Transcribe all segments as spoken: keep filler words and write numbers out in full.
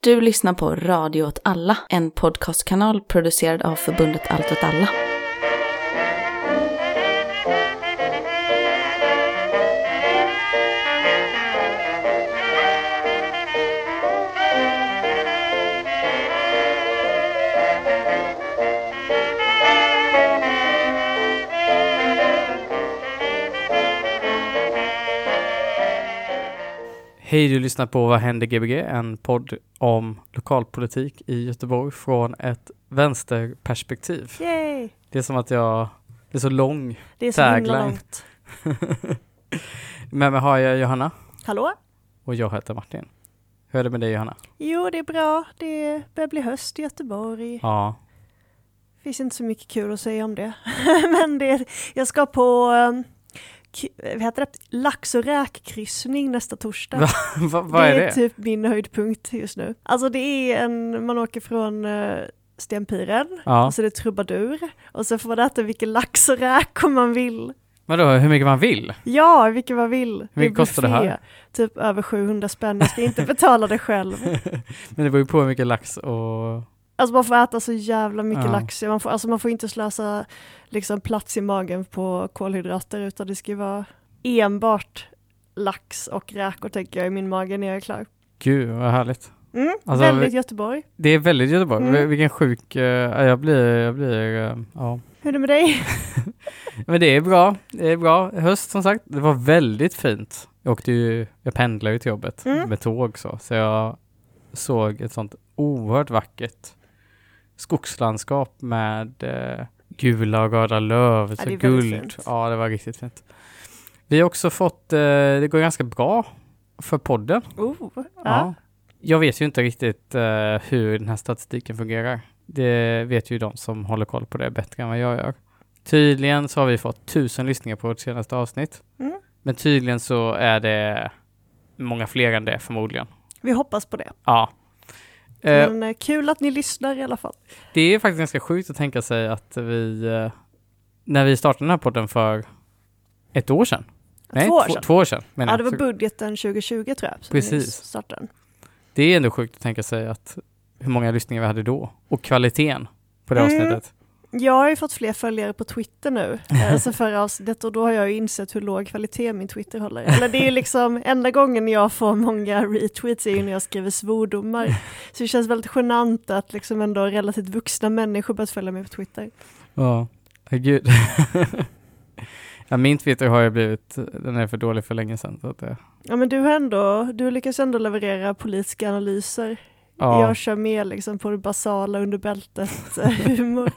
Du lyssnar på Radio åt alla, en podcastkanal producerad av förbundet Allt åt alla. Hej, du lyssnar på Vad händer G B G? En podd om lokalpolitik i Göteborg från ett vänsterperspektiv. Yay! Det är som att jag... Det är så lång Det är så himla långt. Med mig har jag Johanna. Hallå? Och jag heter Martin. Hur är det med dig, Johanna? Jo, det är bra. Det börjar bli höst i Göteborg. Ja. Det finns inte så mycket kul att säga om det. Men det, jag ska på... Um, vad heter det? Lax- och räkkryssning nästa torsdag. Va, va, vad det är är det? typ min höjdpunkt just nu. Alltså det är en, man åker från uh, Stenpiren, Ja. och så är det trubadur, och så får man äta vilken lax och räk om man vill. Vadå, hur mycket man vill? Ja, vilket man vill. Hur mycket kostar det här? Typ över sjuhundra spänn. Jag ska inte betala det själv. Men det beror ju på hur mycket lax och... Alltså man får äta så jävla mycket Ja. lax. Man får, alltså man får inte slösa liksom plats i magen på kolhydrater, utan det ska vara enbart lax och räkor, tänker jag, i min mage när jag är klar. Gud, vad härligt. Mm, Alltså, väldigt vi- Göteborg. Det är väldigt Göteborg. Mm. Vilken sjuk... Uh, jag blir... Jag blir uh, ja. Hur är det med dig? Men det är bra. Det är bra. Höst, som sagt. Det var väldigt fint. Jag åkte ju... Jag pendlade ju till jobbet Mm. med tåg så. Så jag såg ett sånt oerhört vackert skogslandskap med uh, gula och röda löv. Ja, så det är väldigt guld. fint. Ja, det var riktigt fint. Vi har också fått... Uh, det går ganska bra för podden. Oh, ja. Ja. Jag vet ju inte riktigt uh, hur den här statistiken fungerar. Det vet ju de som håller koll på det bättre än vad jag gör. Tydligen så har vi fått tusen lyssningar på vårt senaste avsnitt. Mm. Men tydligen så är det många fler än det förmodligen. Vi hoppas på det. Ja. Eh, Men eh, kul att ni lyssnar i alla fall. det är faktiskt ganska sjukt att tänka sig att vi, eh, när vi startade den här podden för ett år sedan. Nej, två år två, sedan. två år sedan. menar Ja, jag. det var Så budgeten tjugo tjugo, tror jag. som Precis. vi startade. det är ändå sjukt att tänka sig att hur många lyssningar vi hade då. Och kvaliteten på det Mm. avsnittet. Jag har ju fått fler följare på Twitter nu, alltså förra avsnittet, och då har jag ju insett hur låg kvalitet min Twitter håller. Eller det är ju liksom, enda gången jag får många retweets är ju när jag skriver svordomar. Så det känns väldigt genant att liksom ändå relativt vuxna människor börjat följa mig på Twitter. Ja, herregud. ja, min Twitter har ju blivit, den är för dålig för länge sedan. Så att det, Ja, men du har ändå, du lyckas ändå leverera politiska analyser. ja. Jag kör med liksom på det basala under bältet eh, humor.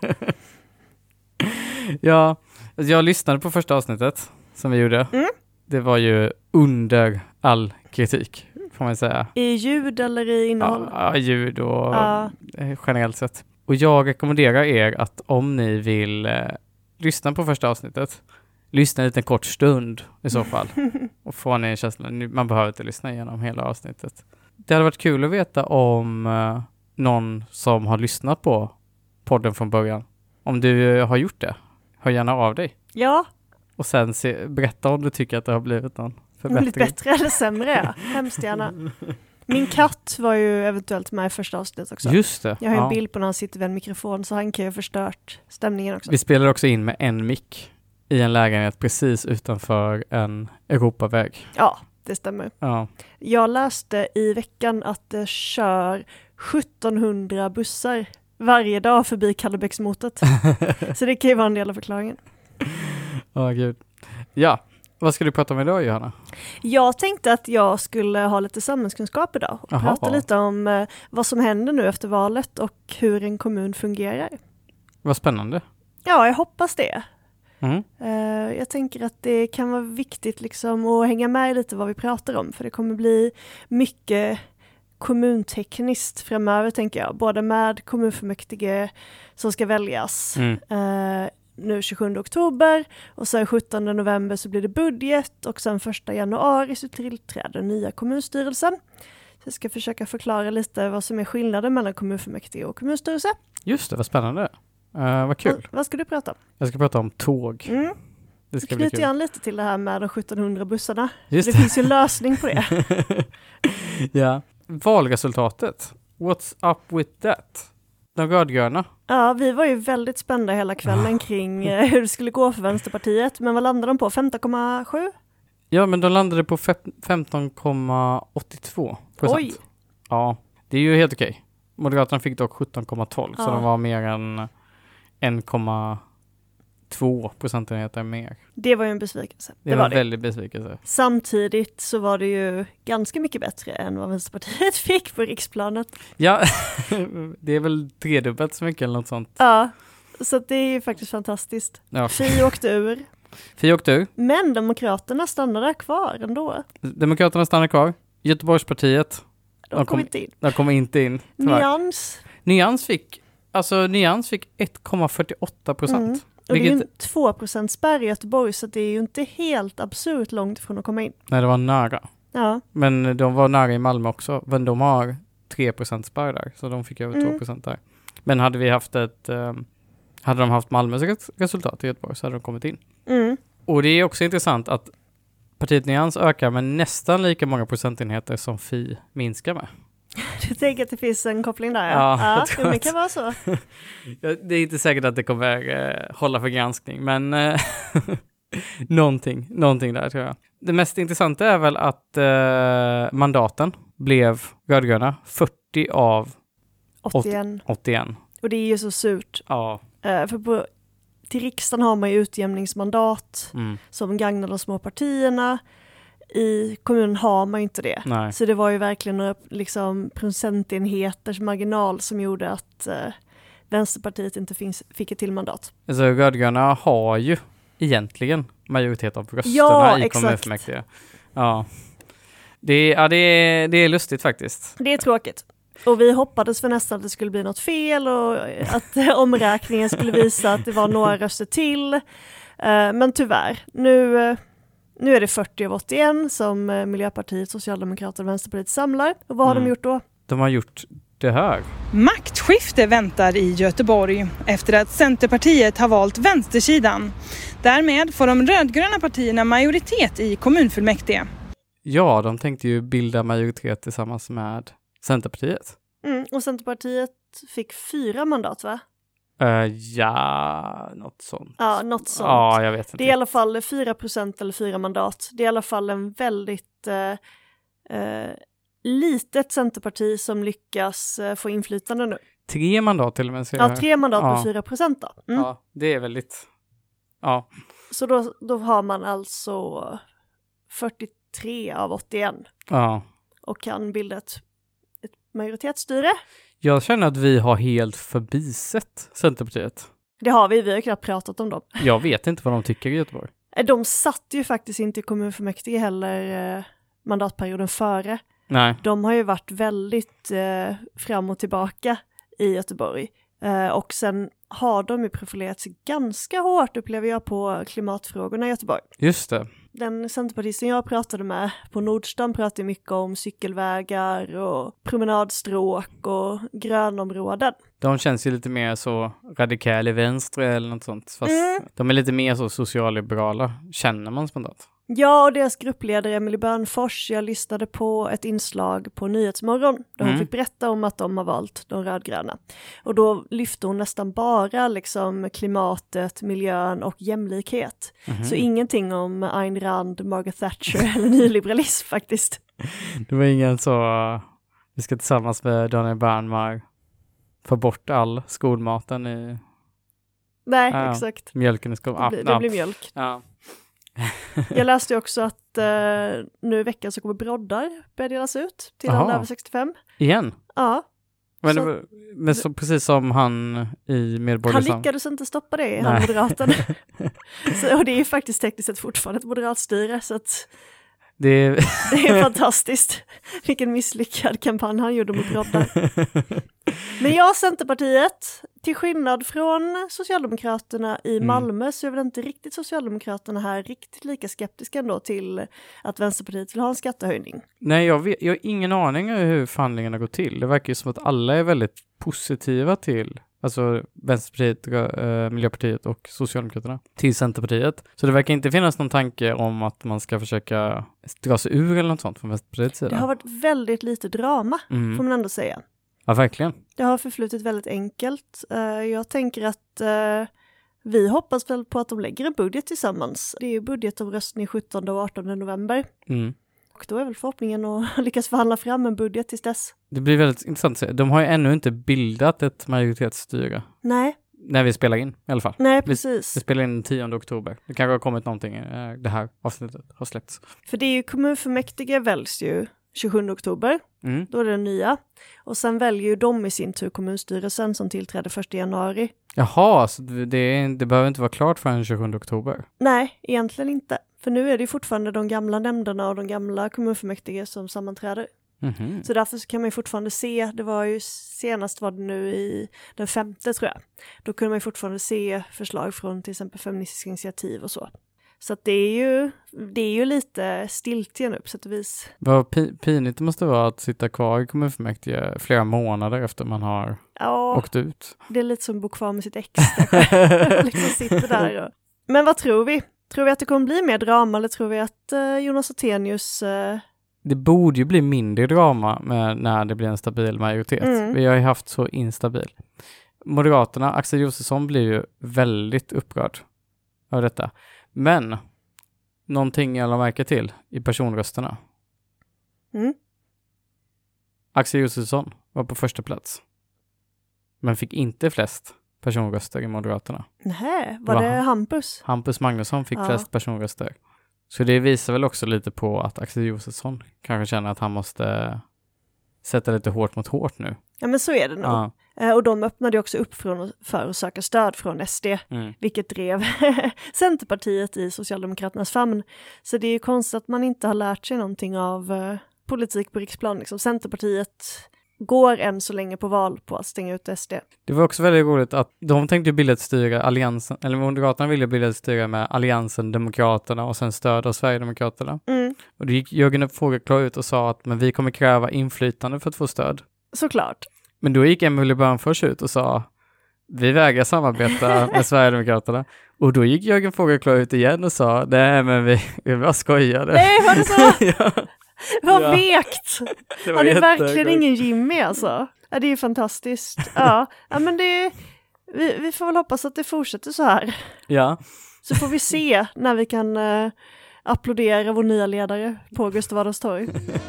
ja, alltså jag lyssnade på första avsnittet som vi gjorde. Mm. Det var ju under all kritik, får man säga. I ljud eller i innehåll? Ja, ja, ljud och Ja. eh, generellt sett. Och jag rekommenderar er att om ni vill eh, lyssna på första avsnittet, lyssna en liten kort stund i så fall. Och får ni en känsla, nu- man behöver inte lyssna igenom hela avsnittet. Det hade varit kul att veta om eh, någon som har lyssnat på podden från början. Om du eh, har gjort det, hör gärna av dig. Ja, Och sen se, berätta om du tycker att det har blivit någon det har blivit förbättring. bättre eller sämre, ja. Hemskt gärna. Min katt var ju eventuellt med i första avsnittet också. Just det. Jag har ju en ja. bild på när han sitter vid en mikrofon, så han kan ju ha förstört stämningen också. Vi spelar också in med en mick i en lägenhet precis utanför en Europaväg. Ja, det stämmer. Ja. Jag läste i veckan att det kör sjuttonhundra bussar varje dag förbi Kallebäcksmotet. Så det kan ju vara en del av förklaringen. Ja, gud. Ja, vad ska du prata om idag, Johanna? Jag tänkte att jag skulle ha lite samhällskunskap idag och Jaha. prata lite om eh, vad som händer nu efter valet och hur en kommun fungerar. Vad spännande. Ja, jag hoppas det. Mm. Eh, jag tänker att det kan vara viktigt liksom att hänga med i lite vad vi pratar om, för det kommer bli mycket kommuntekniskt framöver, tänker jag. Både med kommunfullmäktige som ska väljas Mm. eh, nu tjugosjunde oktober, och sen sjuttonde november så blir det budget, och sen första januari så tillträder den nya kommunstyrelsen. Så jag ska försöka förklara lite vad som är skillnaden mellan kommunfullmäktige och kommunstyrelse. Just det, vad spännande. Uh, vad kul. Vad, vad ska du prata om? Jag ska prata om tåg. Mm. Det Så ska bli knyter kul. jag an lite till det här med de sjuttonhundra bussarna. Just Det finns ju en lösning på det. ja. Valresultatet What's up with that? De rödgröna. Ja, vi var ju väldigt spända hela kvällen kring eh, hur det skulle gå för Vänsterpartiet. Men vad landade de på? femton komma sju? Ja, men de landade på femton komma åttiotvå procent. Oj! Ja, det är ju helt okej. Moderaterna fick dock sjutton komma tolv, ja. Så de var mer än en komma två procentenheter mer. Det var ju en besvikelse. Det, det var, var det. väldigt besvikelse. Samtidigt så var det ju ganska mycket bättre än vad Vänsterpartiet fick på riksplanet. Ja, det är väl tredubbelt så mycket eller något sånt. Ja, så det är ju faktiskt fantastiskt. Ja. Fi åkte ur. Fi åkte ur. Men Demokraterna stannade kvar ändå. Demokraterna stannar kvar. Göteborgspartiet. De, de kom inte in. De kom inte in. Tyvärr. Nyans. Nyans fick, alltså Nyans fick ett komma fyrtioåtta procent. Mm. Och vilket... det är ju en två procent spärr i Göteborg, så det är ju inte helt absurt långt från att komma in. Nej, det var nära. Ja. Men de var nära i Malmö också. Men de har tre procent spärr där, så de fick över mm. två procent där. Men hade vi haft ett... Um, hade de haft Malmös resultat i Göteborg så hade de kommit in. Mm. Och det är också intressant att partiet Nyans ökar med nästan lika många procentenheter som Fi minskar med. Du tänker att det finns en koppling där? Ja, ja, ja det kan vara så. Det är inte säkert att det kommer eh, hålla för granskning, men eh, någonting, någonting där tror jag. Det mest intressanta är väl att eh, mandaten blev rödgröna fyrtio av åttioen. åttioen. Och det är ju så surt. Ja. Eh, för på, till riksdagen har man ju utjämningsmandat mm. som gagnar de små partierna. I kommunen har man ju inte det. Nej. Så det var ju verkligen några liksom, procentenheters marginal som gjorde att eh, Vänsterpartiet inte finns, fick ett till mandat. Alltså rödgröna har ju egentligen majoritet av rösterna ja, i kommunfullmäktige. Ja, det är, ja det, är, det är lustigt faktiskt. Det är tråkigt. Och vi hoppades för nästan att det skulle bli något fel och att eh, omräkningen skulle visa att det var några röster till. Eh, men tyvärr, nu... Eh, Nu är det fyrtio av åttioen som Miljöpartiet, Socialdemokraterna och Vänsterpartiet samlar. Och vad har mm. de gjort då? De har gjort det här. Maktskifte väntar i Göteborg efter att Centerpartiet har valt vänstersidan. Därmed får de rödgröna partierna majoritet i kommunfullmäktige. Ja, de tänkte ju bilda majoritet tillsammans med Centerpartiet. Mm, och Centerpartiet fick fyra mandat, va? Uh, ja, något sånt. Ja, något sånt. Ja, jag vet inte. Det är i alla fall fyra procent eller fyra mandat. Det är i alla fall en väldigt uh, uh, litet Centerparti som lyckas uh, få inflytande nu. Tre mandat till och med. Ja, tre mandat ja. på fyra procent då. Mm. Ja, det är väldigt... Ja. Så då, då har man alltså fyrtiotre av åttioen. Ja. Och kan bilda ett, ett majoritetsstyre. Jag känner att vi har helt förbisett Centerpartiet. Det har vi, vi har knappt pratat om dem. Jag vet inte vad de tycker i Göteborg. De satt ju faktiskt inte i kommunfullmäktige heller eh, mandatperioden före. Nej. De har ju varit väldigt eh, fram och tillbaka i Göteborg. Eh, och sen har de ju profilerat sig ganska hårt, upplever jag, på klimatfrågorna i Göteborg. Just det. Den centerpartisten jag pratade med på Nordstan pratade mycket om cykelvägar och promenadstråk och grönområden. De känns ju lite mer så radikala vänster eller något sånt. Fast mm. de är lite mer så socialliberala, känner man spontant. Ja, och deras gruppledare Emily Börnfors, jag lyssnade på ett inslag på Nyhetsmorgon där hon mm. fick berätta om att de har valt de rödgröna. Och då lyfte hon nästan bara liksom klimatet, miljön och jämlikhet. Mm. Så ingenting om Ayn Rand, Margaret Thatcher eller nyliberalism faktiskt. Det var ingen så, vi ska tillsammans med Daniel Bernmar få bort all skolmaten i... Nej, ja, exakt. Mjölken i skolan. Det blir, det blir mjölk. Ja. Jag läste också att uh, nu i veckan så kommer broddar börja delas ut till alla över sextiofem. Igen? Ja. Men, så, det, men så, precis som han i Medborgarna. Han lyckades inte stoppa det, han moderaten. så, och det är ju faktiskt tekniskt sett fortfarande ett moderatstyre, så att det är... det är fantastiskt. Vilken misslyckad kampanj han gjorde mot broddar. Men jag, Centerpartiet, till skillnad från Socialdemokraterna i Malmö, mm. så är väl inte riktigt Socialdemokraterna här riktigt lika skeptiska ändå till att Vänsterpartiet vill ha en skattehöjning. Nej, jag, vet, jag har ingen aning om hur förhandlingarna går till. Det verkar ju som att alla är väldigt positiva till, alltså Vänsterpartiet, äh, Miljöpartiet och Socialdemokraterna, till Centerpartiet. Så det verkar inte finnas någon tanke om att man ska försöka dra sig ur eller något sånt från Vänsterpartiets sida. Det har varit väldigt lite drama, mm. får man ändå säga. Ja, verkligen. Det har förflutit väldigt enkelt. Uh, jag tänker att uh, vi hoppas väl på att de lägger en budget tillsammans. Det är ju budgetomröstning sjuttonde och artonde november. Mm. Och då är väl förhoppningen att lyckas förhandla fram en budget tills dess. Det blir väldigt intressant att se. De har ju ännu inte bildat ett majoritetsstyre. Nej. När vi spelar in i alla fall. Nej, precis. Vi, vi spelar in den tionde oktober. Det kanske har kommit någonting, eh, det här avsnittet har släppts. För det är ju kommunfullmäktige väljs ju tjugosjunde oktober. Mm. Då är det den nya. Och sen väljer ju de i sin tur kommunstyrelsen som tillträder första januari. Jaha, så det, är, det behöver inte vara klart förrän tjugosjunde oktober? Nej, egentligen inte. För nu är det fortfarande de gamla nämnderna och de gamla kommunfullmäktige som sammanträder. Mm-hmm. Så därför så kan man ju fortfarande se, det var ju senast var det nu i den femte tror jag. Då kunde man ju fortfarande se förslag från till exempel Feministiska initiativ och så. Så att det är ju, det är ju lite stiltje nu på sätt och vis. Vad pi- pinigt det måste vara att sitta kvar i kommunfullmäktige flera månader efter man har ja, åkt ut. Det är lite som att bo kvar med sitt ex. liksom sitter där. Och... Men vad tror vi? Tror vi att det kommer bli mer drama eller tror vi att uh, Jonas Attenius... Uh... Det borde ju bli mindre drama med när det blir en stabil majoritet. Mm. Vi har ju haft så instabil. Moderaterna, Axel Josefsson blir ju väldigt upprörd av detta. Men någonting jag la märke till i personrösterna. Mm. Axel Josefsson var på första plats. Men fick inte flest personröster i Moderaterna. Nej, var det, var det Hampus? Hampus Magnusson fick ja. flest personröster. Så det visar väl också lite på att Axel Josefsson kanske känner att han måste sätta lite hårt mot hårt nu. Ja, men så är det nog. Ja. Och de öppnade också upp för, för att söka stöd från S D, mm. vilket drev Centerpartiet i Socialdemokraternas famn. Så det är ju konstigt att man inte har lärt sig någonting av uh, politik på riksplan. Liksom. Centerpartiet går än så länge på val på att stänga ut S D. Det var också väldigt roligt att de tänkte bilda ett styre, alliansen, eller Moderaterna ville bilda ett styre med Alliansen, Demokraterna och sen stöd av Sverigedemokraterna. Mm. Och då gick Jörgen Fogelklär ut och sa att men vi kommer kräva inflytande för att få stöd. Såklart. Men då gick Emelie Börnfors ut och sa vi vägrar samarbeta med Sverigedemokraterna. Och då gick Jörgen Fogelklär ut igen och sa nej men vi, vi bara skojade. Nej, var det så? Ja. Vad ja. vekt! Det var ja, det är verkligen ingen Jimmy alltså. Ja, det är ju fantastiskt. Ja, ja men det vi, vi får väl hoppas att det fortsätter så här. Ja. Så får vi se när vi kan uh, applådera vår nya ledare på Gustav Adolfs torg.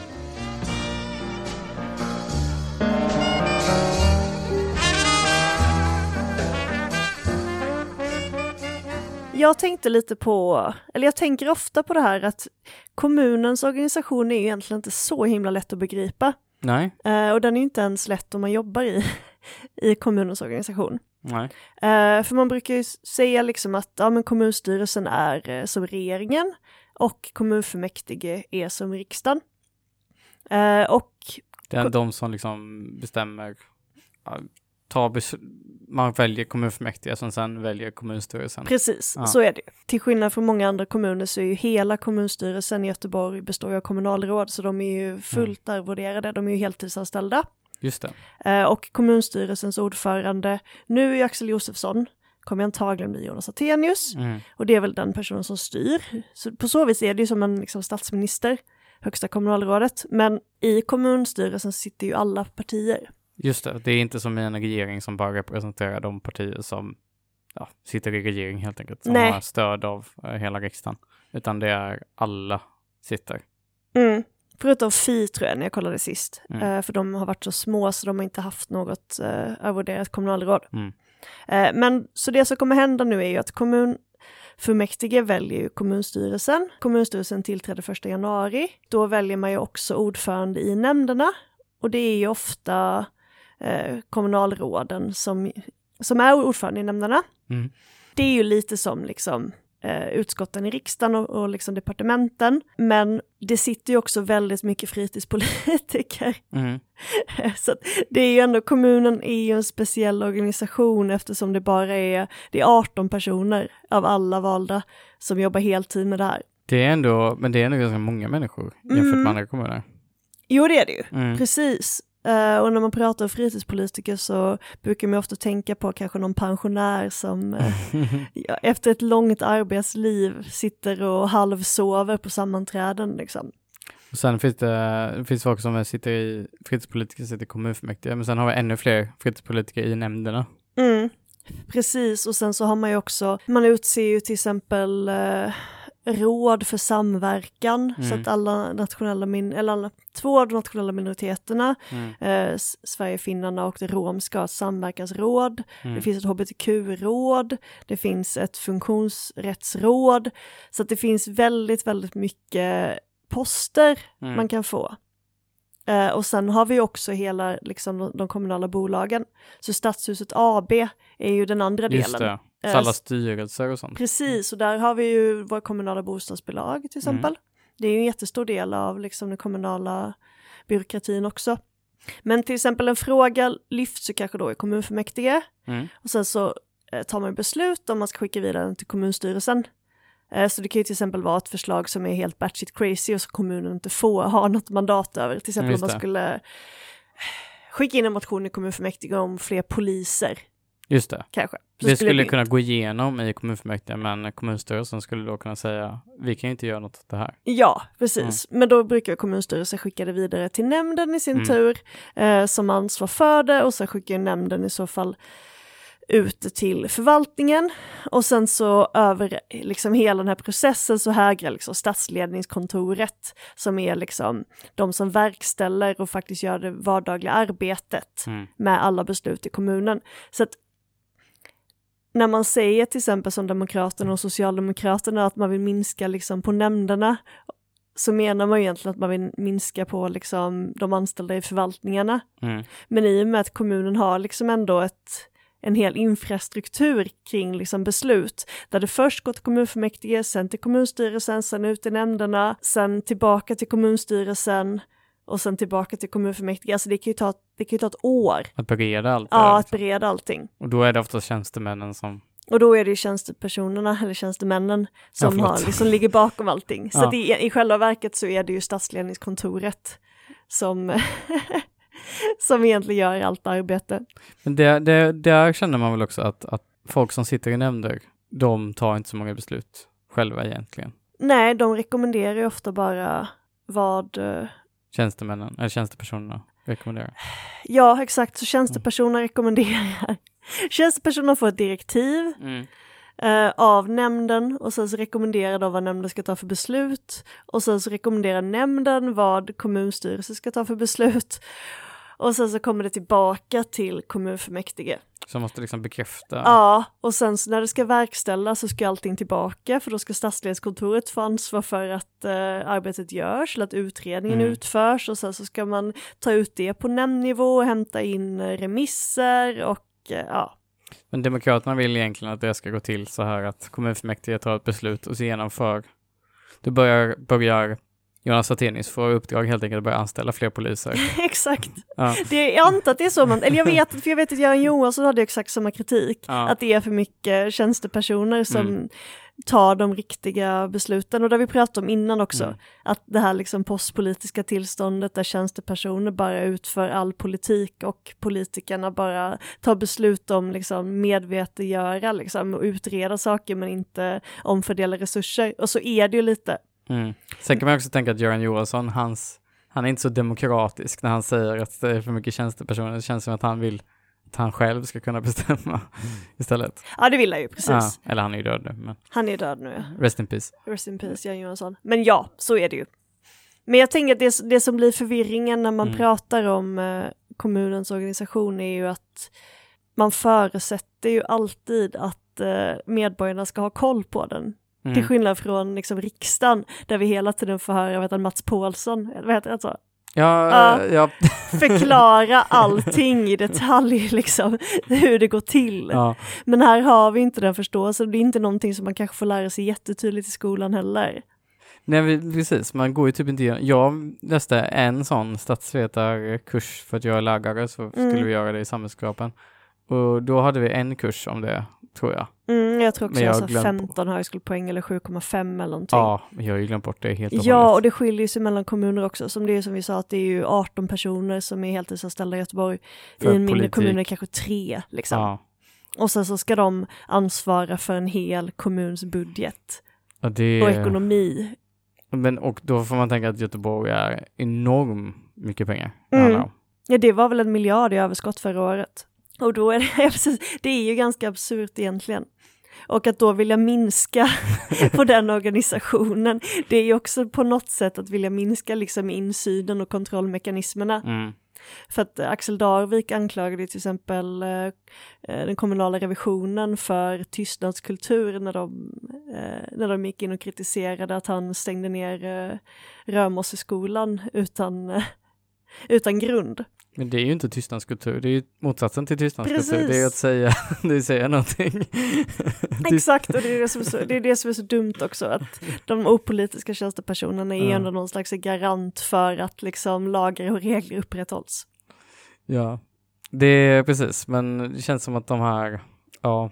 Jag tänkte lite på, eller jag tänker ofta på det här att kommunens organisation är egentligen inte så himla lätt att begripa. Nej. Uh, och den är inte ens lätt om man jobbar i, i kommunens organisation. Nej. Uh, för man brukar ju säga liksom att ja, men kommunstyrelsen är uh, som regeringen och kommunfullmäktige är som riksdagen. Uh, och det är de som liksom bestämmer, uh, tar bes- man väljer kommunfullmäktige som sen väljer kommunstyrelsen. Precis, ja. Så är det. Till skillnad från många andra kommuner så är ju hela kommunstyrelsen i Göteborg består av kommunalråd så de är ju fullt mm. arvoderade, de är ju heltidsanställda. Just det. Eh, och kommunstyrelsens ordförande, nu är Axel Josefsson, kommer antagligen bli Jonas Attenius mm. och det är väl den personen som styr. Så på så vis är det ju som en liksom, statsminister, högsta kommunalrådet, men i kommunstyrelsen sitter ju alla partier. Just det, det är inte som i en regering som bara representerar de partier som ja, sitter i regering helt enkelt, som Nej. har stöd av uh, hela riksdagen, utan det är alla sitter. Mm. Förutom F I tror jag när jag kollade sist, mm. uh, för de har varit så små så de har inte haft något uh, arvoderat kommunalråd. Mm. Uh, men så det som kommer hända nu är ju att kommunfullmäktige väljer ju kommunstyrelsen. Kommunstyrelsen tillträder första januari. Då väljer man ju också ordförande i nämnderna och det är ju ofta Eh, kommunalråden som, som är ordförande i nämnderna. Mm. Det är ju lite som liksom, eh, utskotten i riksdagen och, och liksom departementen. Men det sitter ju också väldigt mycket fritidspolitiker. Mm. Så att det är ju ändå, kommunen är ju en speciell organisation eftersom det bara är, det är arton personer av alla valda som jobbar heltid med det här. Det är ändå, men det är ändå ganska många människor jämfört mm. med andra kommuner. Jo, det är det ju. Mm. Precis. Uh, och när man pratar om fritidspolitiker så brukar man ofta tänka på kanske någon pensionär som uh, ja, efter ett långt arbetsliv sitter och halvsover på sammanträden liksom. Och sen finns det, det finns folk som sitter i, fritidspolitiker sitter i kommunfullmäktige, men sen har vi ännu fler fritidspolitiker i nämnderna. Mm. Precis, och sen så har man ju också, man utser ju till exempel eh, råd för samverkan, mm. så att alla nationella, min- eller alla, två av de nationella minoriteterna, mm. eh, Sverigefinnarna och det romska, har ett samverkansråd, mm. det finns ett H B T Q-råd, det finns ett funktionsrättsråd, så att det finns väldigt, väldigt mycket poster mm. man kan få. Uh, och sen har vi också hela liksom, de, de kommunala bolagen. Så Stadshuset A B är ju den andra delen. Just det, så alla styrelser och sånt. Precis, och där har vi ju våra kommunala bostadsbolag till exempel. Mm. Det är ju en jättestor del av liksom, den kommunala byråkratin också. Men till exempel en fråga lyfts ju kanske då i kommunfullmäktige. Mm. Och sen så eh, tar man beslut om man ska skicka vidare den till kommunstyrelsen. Så det kan ju till exempel vara ett förslag som är helt batshit crazy och så kommunen inte får ha något mandat över. Till exempel om man skulle skicka in en motion i kommunfullmäktige om fler poliser. Just det. Kanske. Så det skulle, skulle kunna gå igenom i kommunfullmäktige, men kommunstyrelsen skulle då kunna säga vi kan ju inte göra något åt det här. Ja, precis. Mm. Men då brukar kommunstyrelsen skicka det vidare till nämnden i sin mm. tur eh, som ansvar för det, och så skickar nämnden i så fall ut till förvaltningen, och sen så över liksom hela den här processen så hägrar liksom stadsledningskontoret som är liksom de som verkställer och faktiskt gör det vardagliga arbetet mm. med alla beslut i kommunen. Så att när man säger till exempel som Demokraterna och Socialdemokraterna att man vill minska liksom på nämnderna, så menar man egentligen att man vill minska på liksom de anställda i förvaltningarna. Mm. Men i och med att kommunen har liksom ändå ett en hel infrastruktur kring liksom beslut, där det först går till kommunfullmäktige, sen till kommunstyrelsen, sen ut i nämnderna, sen tillbaka till kommunstyrelsen och sen tillbaka till kommunfullmäktige. Alltså det kan ju ta, det kan ju ta ett år. Att bereda allt. Ja, att bereda allting. Och då är det ofta tjänstemännen som... Och då är det ju tjänstepersonerna, eller tjänstemännen, som, ja, har, liksom ligger bakom allting. Så ja. att i, i själva verket så är det ju stadsledningskontoret som... som egentligen gör allt arbete. Men det, det, där känner man väl också att, att folk som sitter i nämnder, de tar inte så många beslut själva egentligen. Nej, de rekommenderar ju ofta bara vad... Tjänstemännen, eller tjänstepersonerna rekommenderar. Ja, exakt. Så tjänstepersoner mm. rekommenderar. Tjänstepersoner får ett direktiv mm. eh, av nämnden, och sen så rekommenderar de vad nämnden ska ta för beslut. Och sen så rekommenderar nämnden vad kommunstyrelsen ska ta för beslut. Och sen så kommer det tillbaka till kommunfullmäktige. Så måste liksom bekräfta. Ja, och sen så när det ska verkställas så ska allting tillbaka, för då ska stadsledningskontoret få ansvar för att eh, arbetet görs, eller att utredningen mm. utförs, och sen så ska man ta ut det på nämndnivå och hämta in remisser och eh, ja. Men Demokraterna vill egentligen att det ska gå till så här att kommunfullmäktige tar ett beslut och så genomför. Du börjar, börjar Jonas Attenius får uppdrag helt enkelt att börja anställa fler poliser. Exakt. Ja. Det, jag antar att det är så man, eller jag vet, för jag vet att Göran Johansson hade exakt samma kritik. Ja. Att det är för mycket tjänstepersoner som mm. tar de riktiga besluten. Och det har vi pratat om innan också. Mm. Att det här liksom postpolitiska tillståndet där tjänstepersoner bara utför all politik och politikerna bara tar beslut om liksom medvetengöra liksom, och utreda saker men inte omfördela resurser. Och så är det ju lite. Mm. Sen kan man också tänka att Göran Johansson, hans, han är inte så demokratisk när han säger att det är för mycket tjänstepersoner. Det känns som att han vill att han själv ska kunna bestämma mm. istället. Ja, det vill han ju, precis. Ja, eller han är ju död nu. Men... Han är död nu, ja. Rest in peace. Rest in peace, Göran Johansson. Men ja, så är det ju. Men jag tänker att det, det som blir förvirringen när man mm. pratar om eh, kommunens organisation är ju att man förutsätter ju alltid att eh, medborgarna ska ha koll på den. Mm. Till skillnad från liksom, riksdagen, där vi hela tiden får höra vet, Mats Paulsson, vad heter det så? Ja, uh, ja. förklara allting i detalj, liksom, hur det går till. Ja. Men här har vi inte den förståelsen. Det är inte någonting som man kanske får lära sig jättetydligt i skolan heller. Nej, precis. Man går ju typ inte igenom. Jag läste en sån statsvetarkurs för att jag är lärare, så skulle mm. vi göra det i samhällskunskapen. Och då hade vi en kurs om det, tror jag. Mm, jag tror också jag sa femton högskolepoäng eller sju komma fem eller någonting. Ja, jag har ju glömt bort det helt och Ja, hållet. och det skiljer sig mellan kommuner också. Som det är som vi sa, att det är ju arton personer som är heltidsanställda i Göteborg. För I en mindre kommun är kanske tre, liksom. Ja. Och sen så ska de ansvara för en hel kommuns budget. Ja, det... Och ekonomi. Men, och då får man tänka att Göteborg är enormt mycket pengar. Mm. Ja, det var väl en miljard i överskott förra året. Och då är det, precis, det är ju ganska absurt egentligen. Och att då vilja minska på den organisationen, det är ju också på något sätt att vilja minska liksom insynen och kontrollmekanismerna. Mm. För att Axel Darvik anklagade till exempel eh, den kommunala revisionen för tystnadskultur när de, eh, när de gick in och kritiserade att han stängde ner eh, Römosseskolan utan, eh, utan grund. Men det är ju inte tystnadskultur, det är ju motsatsen till tystnadskultur. Precis. Det är ju att säga, det är att säga någonting. Exakt, och det är det, som är så, det är det som är så dumt också, att de opolitiska tjänstepersonerna är Ja. ändå någon slags garant för att liksom lagar och regler upprätthålls. Ja, det är precis, men det känns som att de här, ja,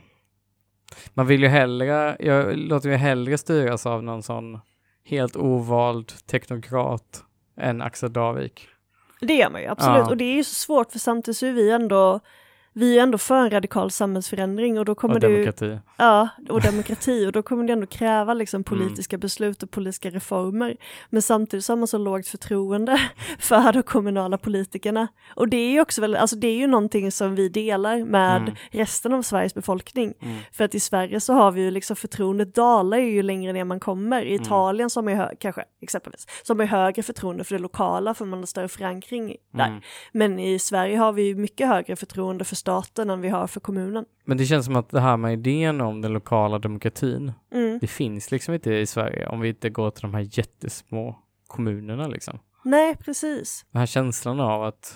man vill ju hellre, jag låter ju hellre styras av någon sån helt ovald teknokrat än Axel Darvik. Det gör man ju, absolut. Ja. Och det är ju så svårt, för samtidigt så är vi ändå, vi är ändå för en radikal samhällsförändring, och då kommer Och det demokrati. ju, ja, och demokrati, och då kommer det ändå kräva liksom politiska mm. beslut och politiska reformer. Men samtidigt så har man så lågt förtroende för de kommunala politikerna. Och det är ju också väl, alltså det är ju någonting som vi delar med mm. resten av Sveriges befolkning. Mm. För att i Sverige så har vi ju liksom, förtroendet dalar ju längre ner man kommer. I Italien mm. som är hö- kanske exempelvis, som är högre förtroende för det lokala, för man har större förankring där. Mm. Men i Sverige har vi ju mycket högre förtroende för staten än vi har för kommunen. Men det känns som att det här med idén om den lokala demokratin, mm. det finns liksom inte i Sverige om vi inte går till de här jättesmå kommunerna liksom. Nej, precis. Den här känslan av att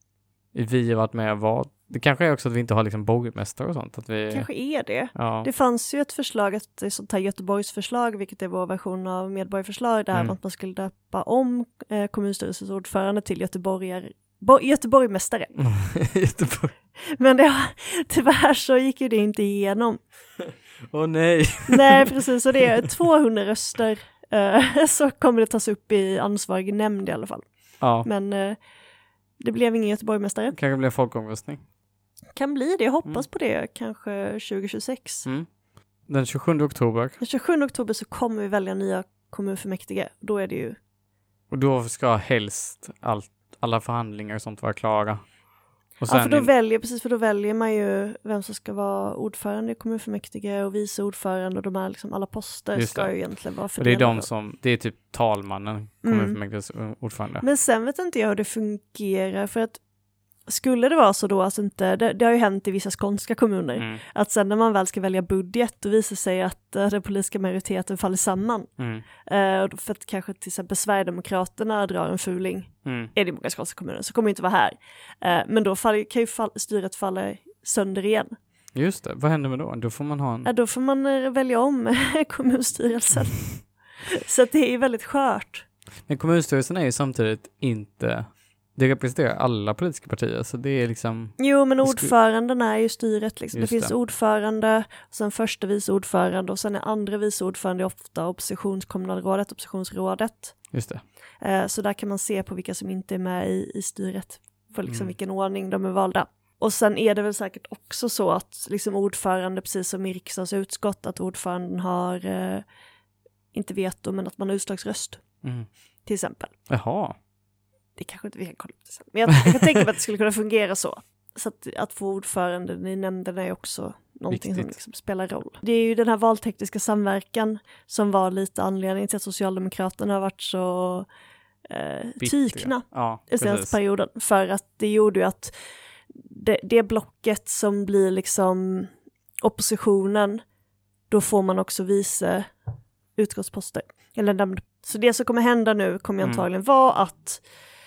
vi har varit med och var, det kanske är också att vi inte har liksom borgmästare och sånt. Att vi, kanske är det. Ja. Det fanns ju ett förslag, ett sånt här Göteborgs förslag, vilket är vår version av medborgarförslag, där mm. att man skulle döpa om eh, kommunstyrelsens ordförande till Göteborgare. Bo- Göteborgmästare. Göteborg. Men det, tyvärr så gick ju det inte igenom. Åh oh, nej. Nej, precis. Så det är tvåhundra röster eh, så kommer det tas upp i ansvarig nämnd i alla fall. Ja. Men eh, det blev ingen Göteborgmästare. Kanske blir folkomröstning. Kan bli det, jag hoppas mm. på det. Kanske tjugohundratjugosex. Mm. Den tjugosjunde oktober. Den tjugosjunde oktober så kommer vi välja nya kommunfullmäktige. Då är det ju... Och då ska helst allt, alla förhandlingar och sånt vara klara. Och sen ja, för då, in... väljer, precis, för då väljer man ju vem som ska vara ordförande i kommunfullmäktige och vice ordförande, och de här liksom, alla poster ska ju egentligen vara fördelade. Och det är de som, det är typ talmannen, kommunfullmäktiges mm. ordförande. Men sen vet inte jag hur det fungerar, för att skulle det vara så då, alltså inte, det, det har ju hänt i vissa skånska kommuner, mm. att sen när man väl ska välja budget och visar sig att uh, den politiska majoriteten faller samman. Mm. Uh, för att kanske till exempel Sverigedemokraterna drar en fuling, mm. är det i många skånska kommuner, så kommer inte vara här. Uh, men då fall, kan ju fall, styret falla sönder igen. Just det, vad händer med då? Då får man ha en... Ja, då får man uh, välja om kommunstyrelsen. Så att det är ju väldigt skört. Men kommunstyrelsen är ju samtidigt inte... Det representerar alla politiska partier, så det är liksom... Jo, men ordföranden är ju styret. Liksom. Det finns det. ordförande, och sen första vice ordförande, och sen är andra vice ordförande ofta oppositionskommunalrådet, oppositionsrådet. Just det. Eh, så där kan man se på vilka som inte är med i, i styret, för liksom mm. vilken ordning de är valda. Och sen är det väl säkert också så att liksom ordförande, precis som i riksdagens utskott, att ordföranden har, eh, inte veto, men att man har utslagsröst. Mm. Till exempel. Jaha. Det kanske inte vi kan kolla på det sen. Men jag, jag kan tänka mig att det skulle kunna fungera så. Så att, att få ordföranden i nämnden är också någonting Viktigt. Som liksom spelar roll. Det är ju den här valtekniska samverkan som var lite anledning till att Socialdemokraterna har varit så eh, tykna ja, i senaste perioden. För att det gjorde ju att det, det blocket som blir liksom oppositionen, då får man också vice utskottsposter. Eller nämnd. Så det som kommer hända nu kommer mm. antagligen vara att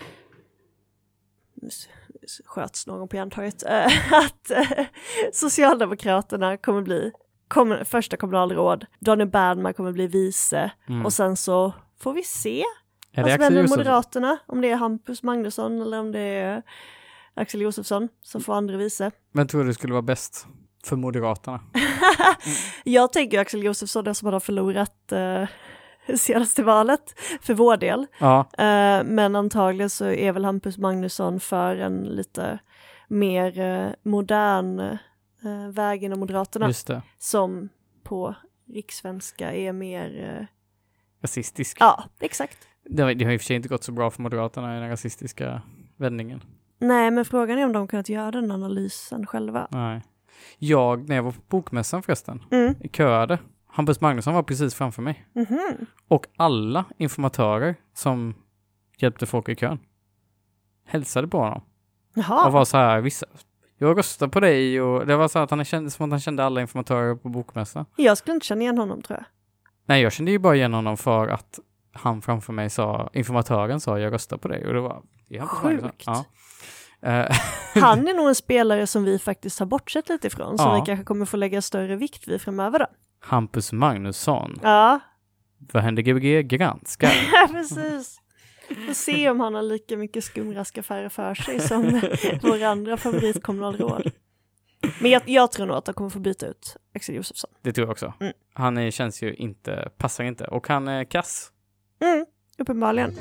sköts någon på Järntorget, äh, att äh, Socialdemokraterna kommer bli kom, första kommunalråd, Daniel Bernman kommer bli vice, mm. och sen så får vi se vad som händer med Moderaterna, om det är Hampus Magnusson eller om det är Axel Josefsson som får andra vice. Men tror du det skulle vara bäst för Moderaterna? mm. Jag tänker Axel Josefsson, det som har förlorat äh, senaste valet för vår del. Ja. Uh, men antagligen så är väl Hampus Magnusson för en lite mer uh, modern uh, väg inom Moderaterna. Just det. Som på rikssvenska är mer uh, rasistisk. Ja, exakt. Det har, det har i och för sig inte gått så bra för Moderaterna i den rasistiska vändningen. Nej, men frågan är om de kunnat göra den analysen själva. Nej. Jag, när jag var på bokmässan förresten, Mm. i köade, Hampus Magnusson var precis framför mig. Mhm. Och alla informatörer som hjälpte folk i kön hälsade på honom. Jaha. Och var så här, vissa, jag röstar på dig. Och det var så att han kände som att han kände alla informatörer på bokmässan. Jag skulle inte känna igen honom, tror jag. Nej, jag kände ju bara igen honom för att han framför mig sa, informatören sa, jag röstar på dig. Och det var, det Hampus Magnusson. Sjukt. Ja. Eh, Han är nog en spelare som vi faktiskt har bortsett lite ifrån. Som Ja. vi kanske kommer få lägga större vikt vid framöver då. Hampus Magnusson. Ja, Vad händer G B G granskar? precis. Får se om han har lika mycket skumraskaffärer för sig som våra andra favoritkommunalråd. Men jag, jag tror nog att han kommer få byta ut Axel Josefsson. Det tror jag också. Mm. Han är, känns ju inte, passar inte. Och han är kass. Mm, uppenbarligen.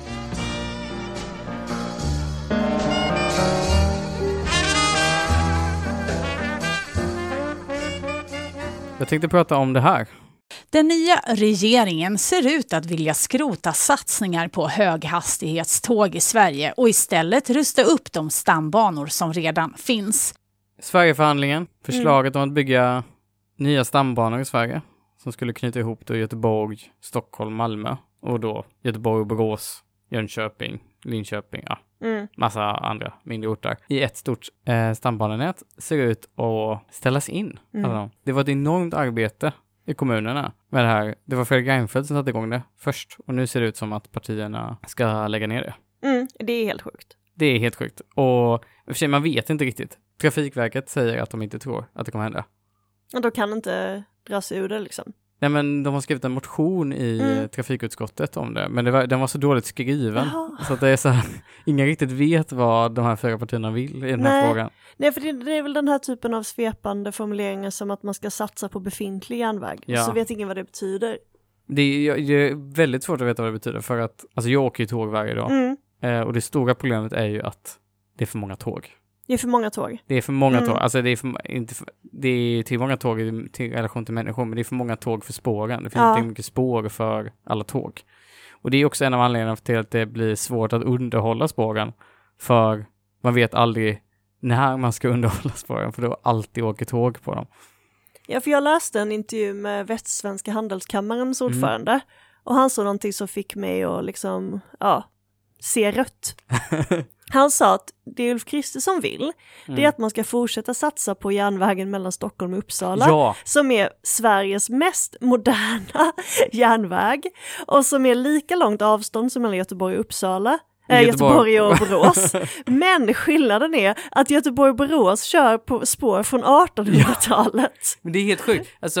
Jag tänkte prata om det här. Den nya regeringen ser ut att vilja skrota satsningar på höghastighetståg i Sverige och istället rusta upp de stambanor som redan finns. Sverigeförhandlingen. Förslaget mm. om att bygga nya stambanor i Sverige. Som skulle knyta ihop då Göteborg, Stockholm, Malmö. Och då Göteborg, Borås, Jönköping, Linköping. Ja, Mm. massa andra mindre orter. I ett stort eh, stambanenät ser ut att ställas in. Mm. Alltså, det var ett enormt arbete i kommunerna med det här. Det var Fredrik Reinfeldt som satte igång det först. Och nu ser det ut som att partierna ska lägga ner det. Mm, det är helt sjukt. Det är helt sjukt. Och i och för sig, man vet inte riktigt. Trafikverket säger att de inte tror att det kommer hända. Och då kan inte dra sig ur det liksom. Nej, men de har skrivit en motion i Mm. trafikutskottet om det. Men det var, den var så dåligt skriven. Jaha. Så att det är så här, ingen riktigt vet vad de här fyra partierna vill i den här Nej. frågan. Nej, för det, det är väl den här typen av svepande formuleringar som att man ska satsa på befintlig järnväg. Ja. Så vet ingen vad det betyder. Det är, det är väldigt svårt att veta vad det betyder. För att, alltså jag åker ju tåg varje dag. Mm. Eh, och det stora problemet är ju att det är för många tåg. Det är för många tåg. Det är för många Mm. tåg. Alltså det är, för, inte för, det är till många tåg i till relation till människor, men det är för många tåg för spåren. Det finns Ja. inte mycket spår för alla tåg. Och det är också en av anledningarna till att det blir svårt att underhålla spåren. För man vet aldrig när man ska underhålla spåren, för då alltid åker tåg på dem. Ja, för jag läste en intervju med Västsvenska handelskammarens Mm. ordförande. Och han sa någonting som fick mig att liksom, ja, se rött. Han sa att det Ulf Kristersson vill, det är Mm. att man ska fortsätta satsa på järnvägen mellan Stockholm och Uppsala. Ja, Som är Sveriges mest moderna järnväg. Och som är lika långt avstånd som mellan Göteborg och Uppsala. Äh, Göteborg. Göteborg och Borås. Men skillnaden är att Göteborg och Borås kör på spår från artonhundratalet. men det är helt sjukt. Alltså,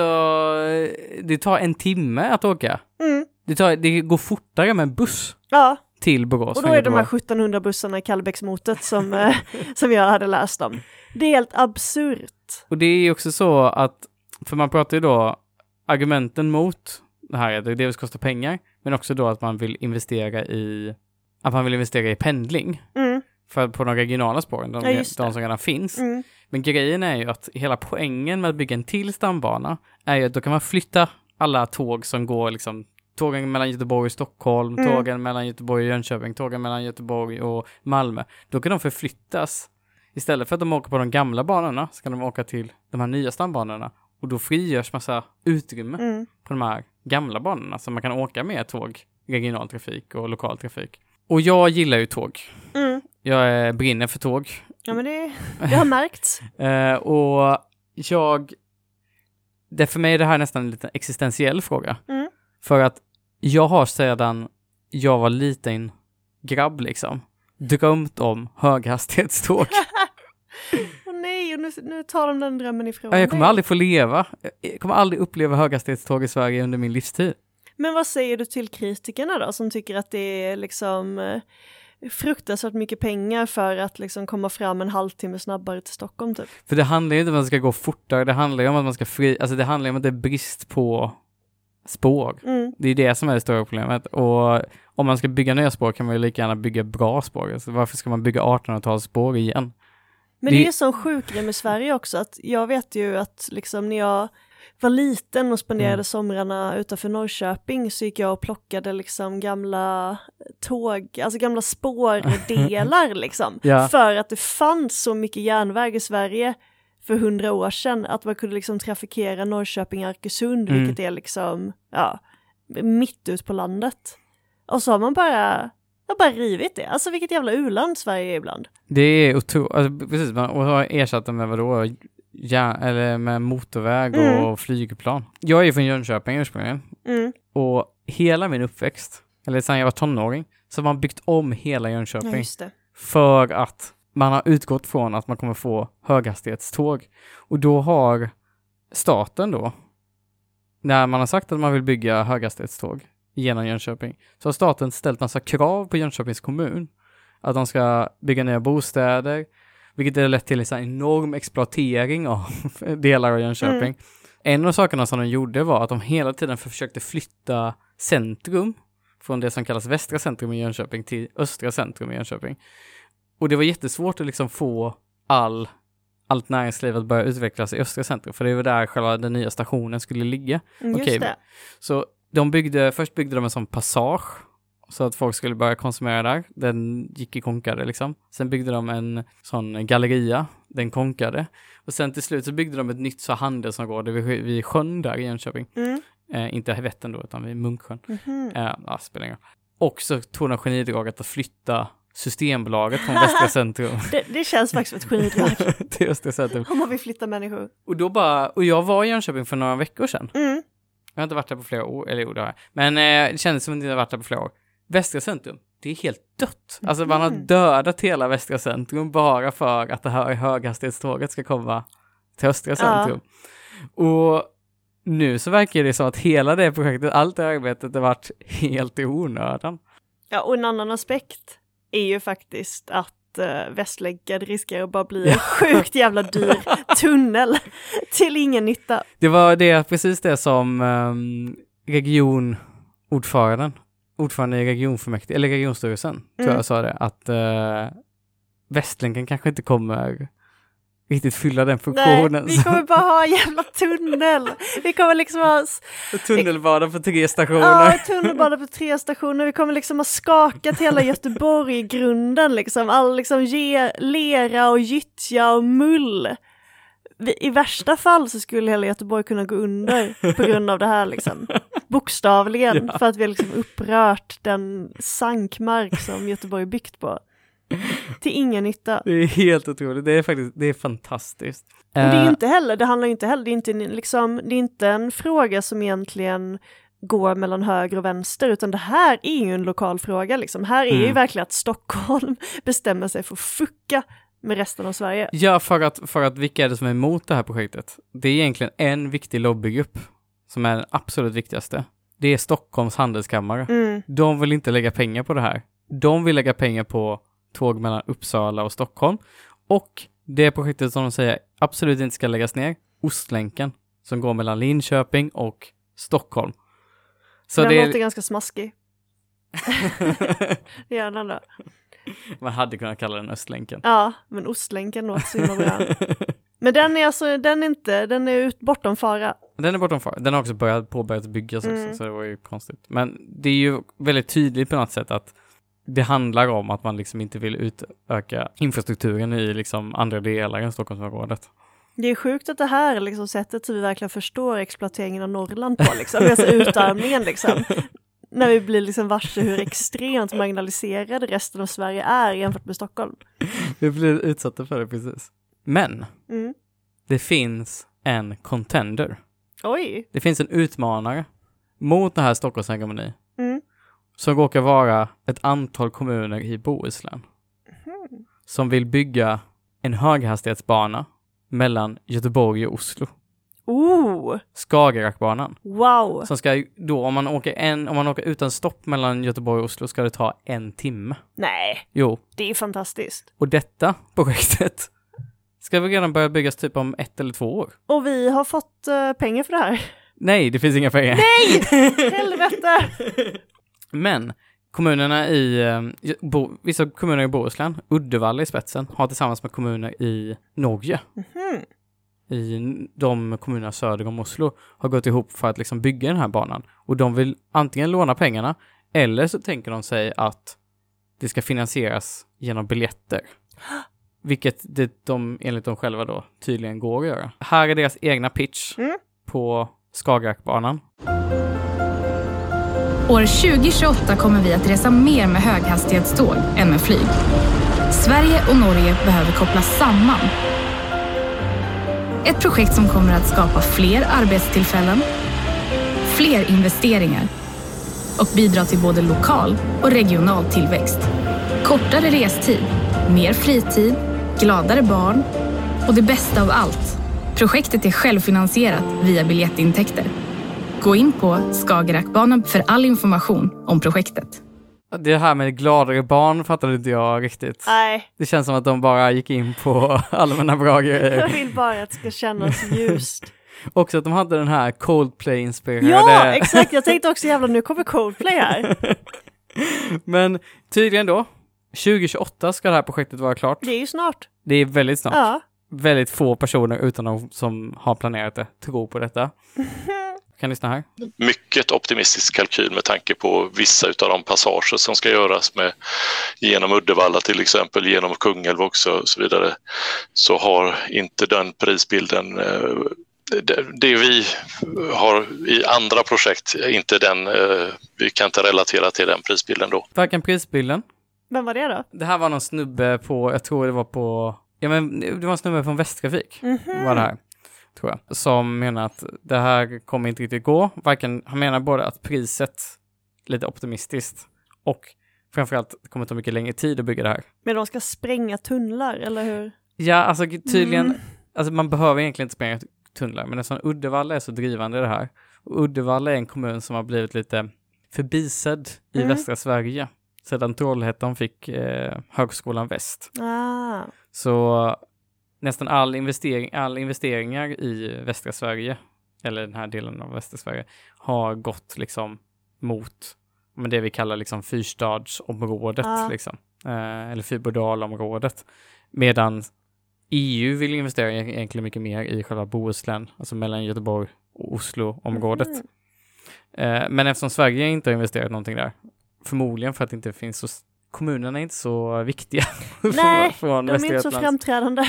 det tar en timme att åka. Mm. Det, tar, det går fortare med buss Ja, till Borås. och då från är de här Göteborg. sjuttonhundra bussarna i Kallbäcksmotet som, eh, som jag hade läst om. Det är helt absurt. Och det är också så att, för man pratar ju då, argumenten mot det här är att det dels kostar pengar, men också då att man vill investera i, att man vill investera i pendling. Mm. För på de regionala spåren, de, Ja, just det. de som redan finns. Mm. Men grejen är ju att hela poängen med att bygga en till stambana är ju att då kan man flytta alla tåg som går liksom, tågen mellan Göteborg och Stockholm, Mm. tågen mellan Göteborg och Jönköping, tågen mellan Göteborg och Malmö. Då kan de förflyttas. Istället för att de åker på de gamla banorna så kan de åka till de här nya stambanorna. Och då frigörs massa utrymme Mm. på de här gamla banorna så man kan åka med tåg, regionaltrafik och lokaltrafik. Och jag gillar ju tåg. Mm. Jag eh, brinner för tåg. Ja, men det, det har märkts. Eh, och jag... Det för mig är det här nästan en liten existentiell fråga. Mm. För att jag har sedan jag var liten grabb liksom drömt om höghastighetståg. Åh nej, och nu, nu tar de den drömmen ifrån Ja, jag kommer dig. aldrig få leva. Jag kommer aldrig uppleva höghastighetståg i Sverige under min livstid. Men vad säger du till kritikerna då som tycker att det är liksom eh, fruktansvärt mycket pengar för att liksom komma fram en halvtimme snabbare till Stockholm typ? För det handlar ju inte om att man ska gå fortare. Det handlar ju om att man ska fri... Alltså det handlar ju om att det är brist på spår. Mm. Det är det som är det stora problemet. Och om man ska bygga nya spår kan man ju lika gärna bygga bra spår. Alltså varför ska man bygga artonhundratalsspår igen? Men Det- det är ju sån sjuk grej med Sverige också att jag vet ju att liksom när jag var liten och spenderade Mm. somrarna utanför Norrköping så gick jag och plockade liksom gamla tåg, alltså gamla spårdelar liksom. Ja. För att det fanns så mycket järnväg i Sverige för hundra år sedan att man kunde liksom trafikera Norrköping-Arkösund, Mm. vilket är liksom, ja, mitt ut på landet. Och så har man bara, jag har bara rivit det. Alltså vilket jävla u-land Sverige är ibland. Det är otroligt, alltså, precis, man och har ersatt det med vadå? Ja, eller med motorväg Mm. och flygplan. Jag är ju från Jönköping ursprungligen. Mm. Och hela min uppväxt, eller sedan jag var tonåring, så har man byggt om hela Jönköping. Ja, just det. För att man har utgått från att man kommer få höghastighetståg. Och då har staten då, när man har sagt att man vill bygga höghastighetståg genom Jönköping, så har staten ställt massa krav på Jönköpings kommun. Att de ska bygga nya bostäder, vilket har lett till en sån enorm exploatering av delar av Jönköping. Mm. En av sakerna som de gjorde var att de hela tiden försökte flytta centrum från det som kallas västra centrum i Jönköping till östra centrum i Jönköping. Och det var jättesvårt att liksom få all, allt näringsliv att börja utvecklas i östra centrum, för det var där själva den nya stationen skulle ligga. Mm, just Okej, det. Så de byggde, först byggde de en sån passage så att folk skulle börja konsumera där. Den gick i konkade liksom. Sen byggde de en sån galleria. Den konkade. Och sen till slut så byggde de ett nytt så handelsområde vid, vid sjön där i Jönköping. Mm. Eh, inte Vättern då, utan vid Munksjön. Mhm. Eh, ja, spelar ingen roll. Och så tog de genidraget att flytta Systembolaget från västra centrum Det, det känns faktiskt som ett skitdrag. till östra centrum. Om man vill flytta människor. Och då bara, och jag var i Jönköping för några veckor sedan. Mm. Jag har inte varit där på flera år, eller jo det har jag. Men eh, det kändes som att jag inte har varit där på flera år. Västra centrum, det är helt dött. Alltså man har Mm. dödat hela västra centrum bara för att det här höghastighetståget ska komma till östra centrum. Och nu så verkar det som att hela det projektet, allt det arbetet har varit helt i onödan. Ja, och en annan aspekt är ju faktiskt att uh, Västlänken riskerar att bara bli en sjukt jävla dyr tunnel till ingen nytta. Det var det, precis det som um, regionordföranden, ordförande i regionfullmäktige, eller regionstyrelsen, tror Mm. jag sa det, att uh, Västlänken kanske inte kommer riktigt fylla den funktionen. Nej, vi kommer bara ha en jävla tunnel. Vi kommer liksom ha Tunnelbana på tre stationer. ja, tunnelbana på tre stationer. Vi kommer liksom ha skakat hela Göteborg i grunden. Liksom. All liksom ge, lera och gyttja och mull. Vi, i värsta fall så skulle hela Göteborg kunna gå under på grund av det här. Liksom. Bokstavligen. Ja. För att vi har liksom upprört den sankmark som Göteborg är byggt på. Till ingen nytta. Det är helt otroligt. Det är faktiskt, det är fantastiskt. Men det är ju Eh, inte heller, det handlar ju inte heller, det är inte, liksom, det är inte en fråga som egentligen går mellan höger och vänster, utan det här är ju en lokal fråga liksom. Här är ju Mm. verkligen att Stockholm bestämmer sig för att fucka med resten av Sverige. Ja, för att, för att vilka är det som är emot det här projektet? Det är egentligen en viktig lobbygrupp som är den absolut viktigaste. Det är Stockholms handelskammare. Mm. De vill inte lägga pengar på det här. De vill lägga pengar på tåg mellan Uppsala och Stockholm. Och det projektet som de säger absolut inte ska läggas ner, Ostlänken, som går mellan Linköping och Stockholm. Så Den det låter är... ganska smaskig. Det gör den då. Man hade kunnat kalla den Östlänken. Ja, men Ostlänken låter så himla bra. Men den är alltså, den är inte, den är ut bortom fara. Den är bortom fara. Den har också börjat, påbörjat byggas också, Mm. så det var ju konstigt. Men det är ju väldigt tydligt på något sätt att det handlar om att man liksom inte vill utöka infrastrukturen i liksom andra delar än Stockholmsområdet. Det är sjukt att det här är liksom sättet som vi verkligen förstår exploateringen av Norrland på. Liksom. Alltså utarmningen liksom. När vi blir liksom varse hur extremt marginaliserade resten av Sverige är jämfört med Stockholm. Vi blir utsatta för det precis. Men Mm. det finns en contender. Oj. Det finns en utmanare mot det här Stockholmshegemoni Mm. som råkar vara ett antal kommuner i Bohuslän Mm. som vill bygga en höghastighetsbana mellan Göteborg och Oslo. Oh, Skagerrakbanan. wow. Som ska då, om man åker en, om man åker utan stopp mellan Göteborg och Oslo, ska det ta en timme. Nej, Jo, det är fantastiskt. och detta projektet ska väl redan börja byggas typ om ett eller två år. Och vi har fått uh, pengar för det här. Nej, det finns inga pengar. Nej! Helvete! Men kommunerna i, eh, bo, vissa kommuner i Bohuslän, Uddevalla i spetsen, har tillsammans med kommuner i Norge Mhm. i de kommunerna söder om Oslo har gått ihop för att liksom bygga den här banan. Och de vill antingen låna pengarna eller så tänker de sig att det ska finansieras genom biljetter. Vilket det de enligt dem själva då tydligen går att göra. Här är deras egna pitch mm. på Skagerrakbanan. År tjugo tjugoåtta kommer vi att resa mer med höghastighetståg än med flyg. Sverige och Norge behöver kopplas samman. Ett projekt som kommer att skapa fler arbetstillfällen, fler investeringar och bidra till både lokal och regional tillväxt. Kortare restid, mer fritid, gladare barn och det bästa av allt. Projektet är självfinansierat via biljettintäkter. Gå in på Skagerrakbanan för all information om projektet. Det här med gladare barn fattade inte jag riktigt. Nej. Det känns som att de bara gick in på allmänna bra grejer. Jag vill bara att det ska kännas ljust. Också att de hade den här Coldplay-inspirerade... Ja, exakt. Jag tänkte också jävla, nu kommer Coldplay här. Men tydligen då, tjugo tjugoåtta ska det här projektet vara klart. Det är ju snart. Det är väldigt snart. Ja. Väldigt få personer utan de som har planerat det tror på detta. Kan lyssna här. Mycket optimistisk kalkyl med tanke på vissa av de passager som ska göras med genom Uddevalla till exempel, genom Kungälv också och så vidare. Så har inte den prisbilden, det, det vi har i andra projekt, inte den, vi kan inte relatera till den prisbilden då. Varken prisbilden. Vem var det då? Det här var någon snubbe på, jag tror det var på, ja men det var en snubbe från Västtrafik. Mm-hmm. Var det här. Tror jag, som menar att det här kommer inte riktigt gå. Varken, han menar både att priset lite optimistiskt och framförallt det kommer ta mycket längre tid att bygga det här. Men de ska spränga tunnlar, eller hur? Ja, alltså tydligen, mm. alltså man behöver egentligen inte spränga tunnlar, men eftersom Uddevalla är så drivande i det här. Och Uddevalla är en kommun som har blivit lite förbisedd i mm. västra Sverige sedan Trollhättan fick eh, Högskolan Väst. Ah. Så nästan all investering, all investeringar i västra Sverige, eller den här delen av västra Sverige, har gått liksom mot men det vi kallar liksom fyrstadsområdet, ah. liksom, eh, eller Fyrbodalområdet. Medan E U vill investera egentligen mycket mer i själva Bohuslän, alltså mellan Göteborg och Oslo-området. Mm. Eh, men eftersom Sverige inte har investerat någonting där, förmodligen för att det inte finns så kommunerna är inte så viktiga. Nej, från de är inte så framträdande.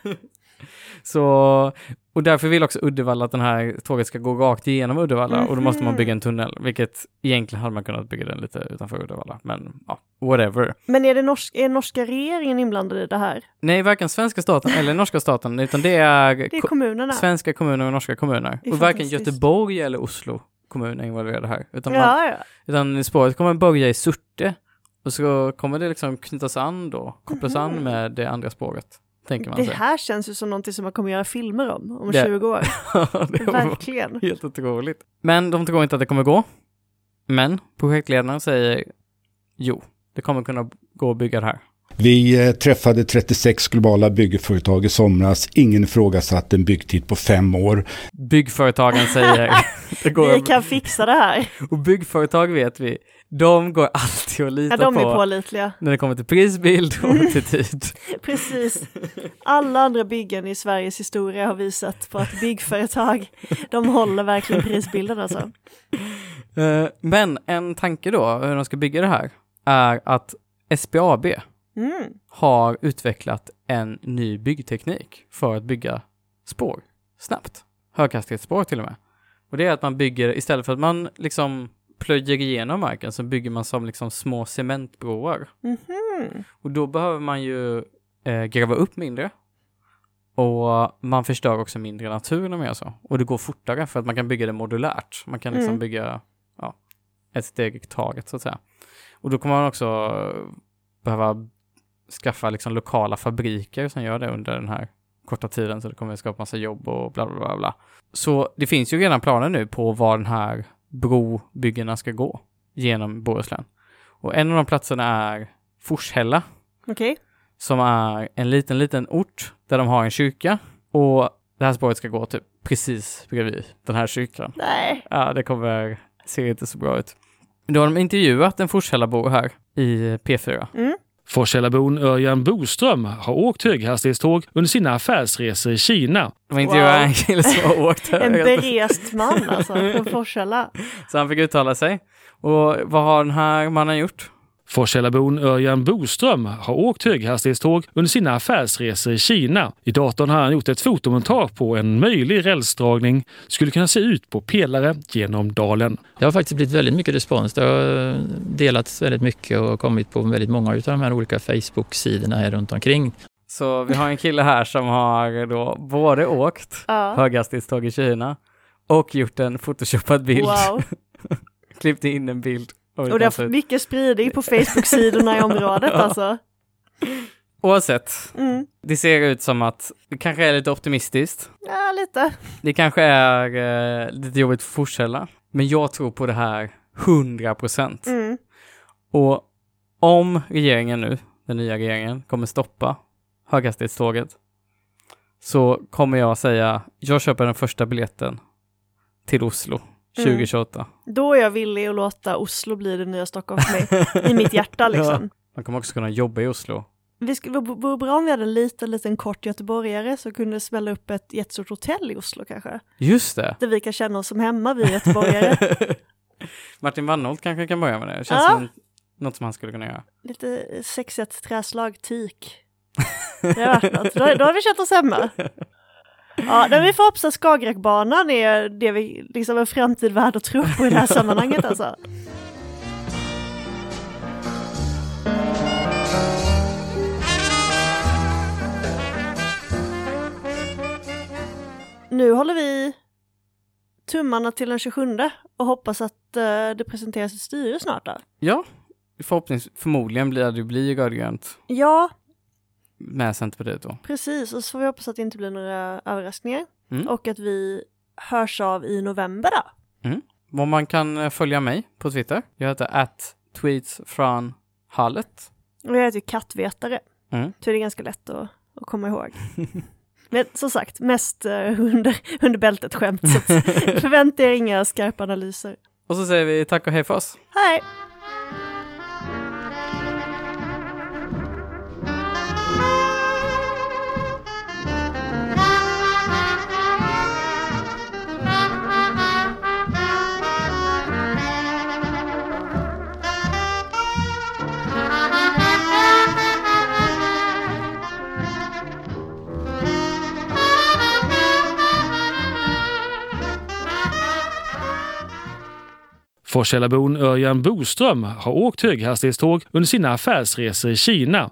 Så, och därför vill också Uddevalla att den här tåget ska gå rakt igenom Uddevalla. Mm-hmm. Och då måste man bygga en tunnel. Vilket egentligen hade man kunnat bygga den lite utanför Uddevalla. Men ja, whatever. Men är det norsk, är norska regeringen inblandad i det här? Nej, varken svenska staten eller norska staten. Utan det är, det är kommunerna. Ko- svenska kommuner och norska kommuner. Och varken Göteborg eller Oslo kommun är involverade här. Utan, ja, man, ja. utan spåret kommer börja i Surte. Och så kommer det liksom knytas an då, kopplas mm. an med det andra spåret, tänker man det sig. Här känns ju som någonting som man kommer göra filmer om, om det. tjugo år. Det verkligen. Helt otroligt. Men de tror inte att det kommer gå. Men projektledaren säger, jo, det kommer kunna gå att bygga det här. Vi träffade trettiosex globala byggföretag i somras. Ingen ifrågasatte en byggtid på fem år. Byggföretagen säger det går. Vi kan fixa det här. Och byggföretag vet vi, de går alltid att lita ja, de är på pålitliga. När det kommer till prisbild och till tid. Precis. Alla andra byggen i Sveriges historia har visat på att byggföretag, de håller verkligen prisbilden alltså. Men en tanke då, hur de ska bygga det här, är att S B A B Mm. har utvecklat en ny byggteknik för att bygga spår snabbt. Höghastighetsspår till och med. Och det är att man bygger, istället för att man liksom plöjer igenom marken, så bygger man som liksom små cementbroar. Mm-hmm. Och då behöver man ju eh, gräva upp mindre. Och man förstör också mindre natur om jag så. Och det går fortare för att man kan bygga det modulärt. Man kan liksom mm. bygga ja, ett steg i taget så att säga. Och då kommer man också behöva skaffa liksom lokala fabriker som gör det under den här korta tiden, så det kommer att skapa massa jobb och bla bla bla bla. Så det finns ju redan planer nu på var den här brobyggena ska gå genom Bohuslän. Och en av de platserna är Forshälla. Okej. Okay. Som är en liten, liten ort där de har en kyrka. Och det här spåret ska gå typ precis bredvid den här kyrkan. Nej. Ja, det kommer se inte så bra ut. Då har de intervjuat en Forshällabo här i P fyra. Mm. Forshällabon Örjan Boström har åkt höghastighetståg under sina affärsresor i Kina. Det var inte wow. jag en kille som har åkt. En berest man alltså, från Forshälla. Så han fick uttala sig. Och vad har den här mannen gjort? Forshällabon Örjan Boström har åkt höghastighetståg under sina affärsresor i Kina. I datorn har han gjort ett fotomontage på en möjlig rälsdragning skulle kunna se ut på pelare genom dalen. Det har faktiskt blivit väldigt mycket respons. Det har delats väldigt mycket och kommit på väldigt många av de här olika Facebook-sidorna här runt omkring. Så vi har en kille här som har då både åkt ja. höghastighetståg i Kina och gjort en photoshopad bild. Wow. Klippt in en bild. Och det har fått mycket spridning på Facebook-sidorna i området ja. alltså. Oavsett, mm. det ser ut som att det kanske är lite optimistiskt. Ja, lite. Det kanske är eh, lite jobbigt för Forshälla. Men jag tror på det här hundra procent. Mm. Och om regeringen nu, den nya regeringen, kommer stoppa höghastighetståget så kommer jag säga, jag köper den första biljetten till Oslo. tjugo tjugoåtta. Mm. Då är jag villig att låta Oslo bli det nya Stockholm för mig. I mitt hjärta liksom. Ja. Man kommer också kunna jobba i Oslo. Det vore bra om vi hade en liten, liten kort göteborgare så kunde smälla upp ett jättestort hotell i Oslo kanske. Just det. Där vi kan känna oss som hemma, vi göteborgare. Martin Wannholt kanske kan börja med det. Det känns ja. som något som han skulle kunna göra. Lite sexigt träslag, tik. Det har varit något. Då, då har vi känt oss hemma. Ja, när vi får hoppas att Skagerrakbanan är det vi liksom en framtid värd att tro på i det här sammanhanget alltså. Nu håller vi tummarna till den tjugosjunde och hoppas att uh, det presenteras ett styre snart då. Ja, förhoppningsvis förmodligen blir det blir rödgrönt. Ja. Med Centerpartiet då. Precis, och så får vi hoppas att det inte blir några överraskningar. Mm. Och att vi hörs av i november då. Mm. Och man kan följa mig på Twitter. Jag heter at tweets från Hallet. Och jag heter kattvetare. Mm. Så det är ganska lätt att, att komma ihåg. Men som sagt, mest uh, under, under bältet skämt. Så förvänta er inga skarpa analyser. Och så säger vi tack och hej för oss. Hej! Forshällabon Örjan Boström har åkt höghastighetståg under sina affärsresor i Kina.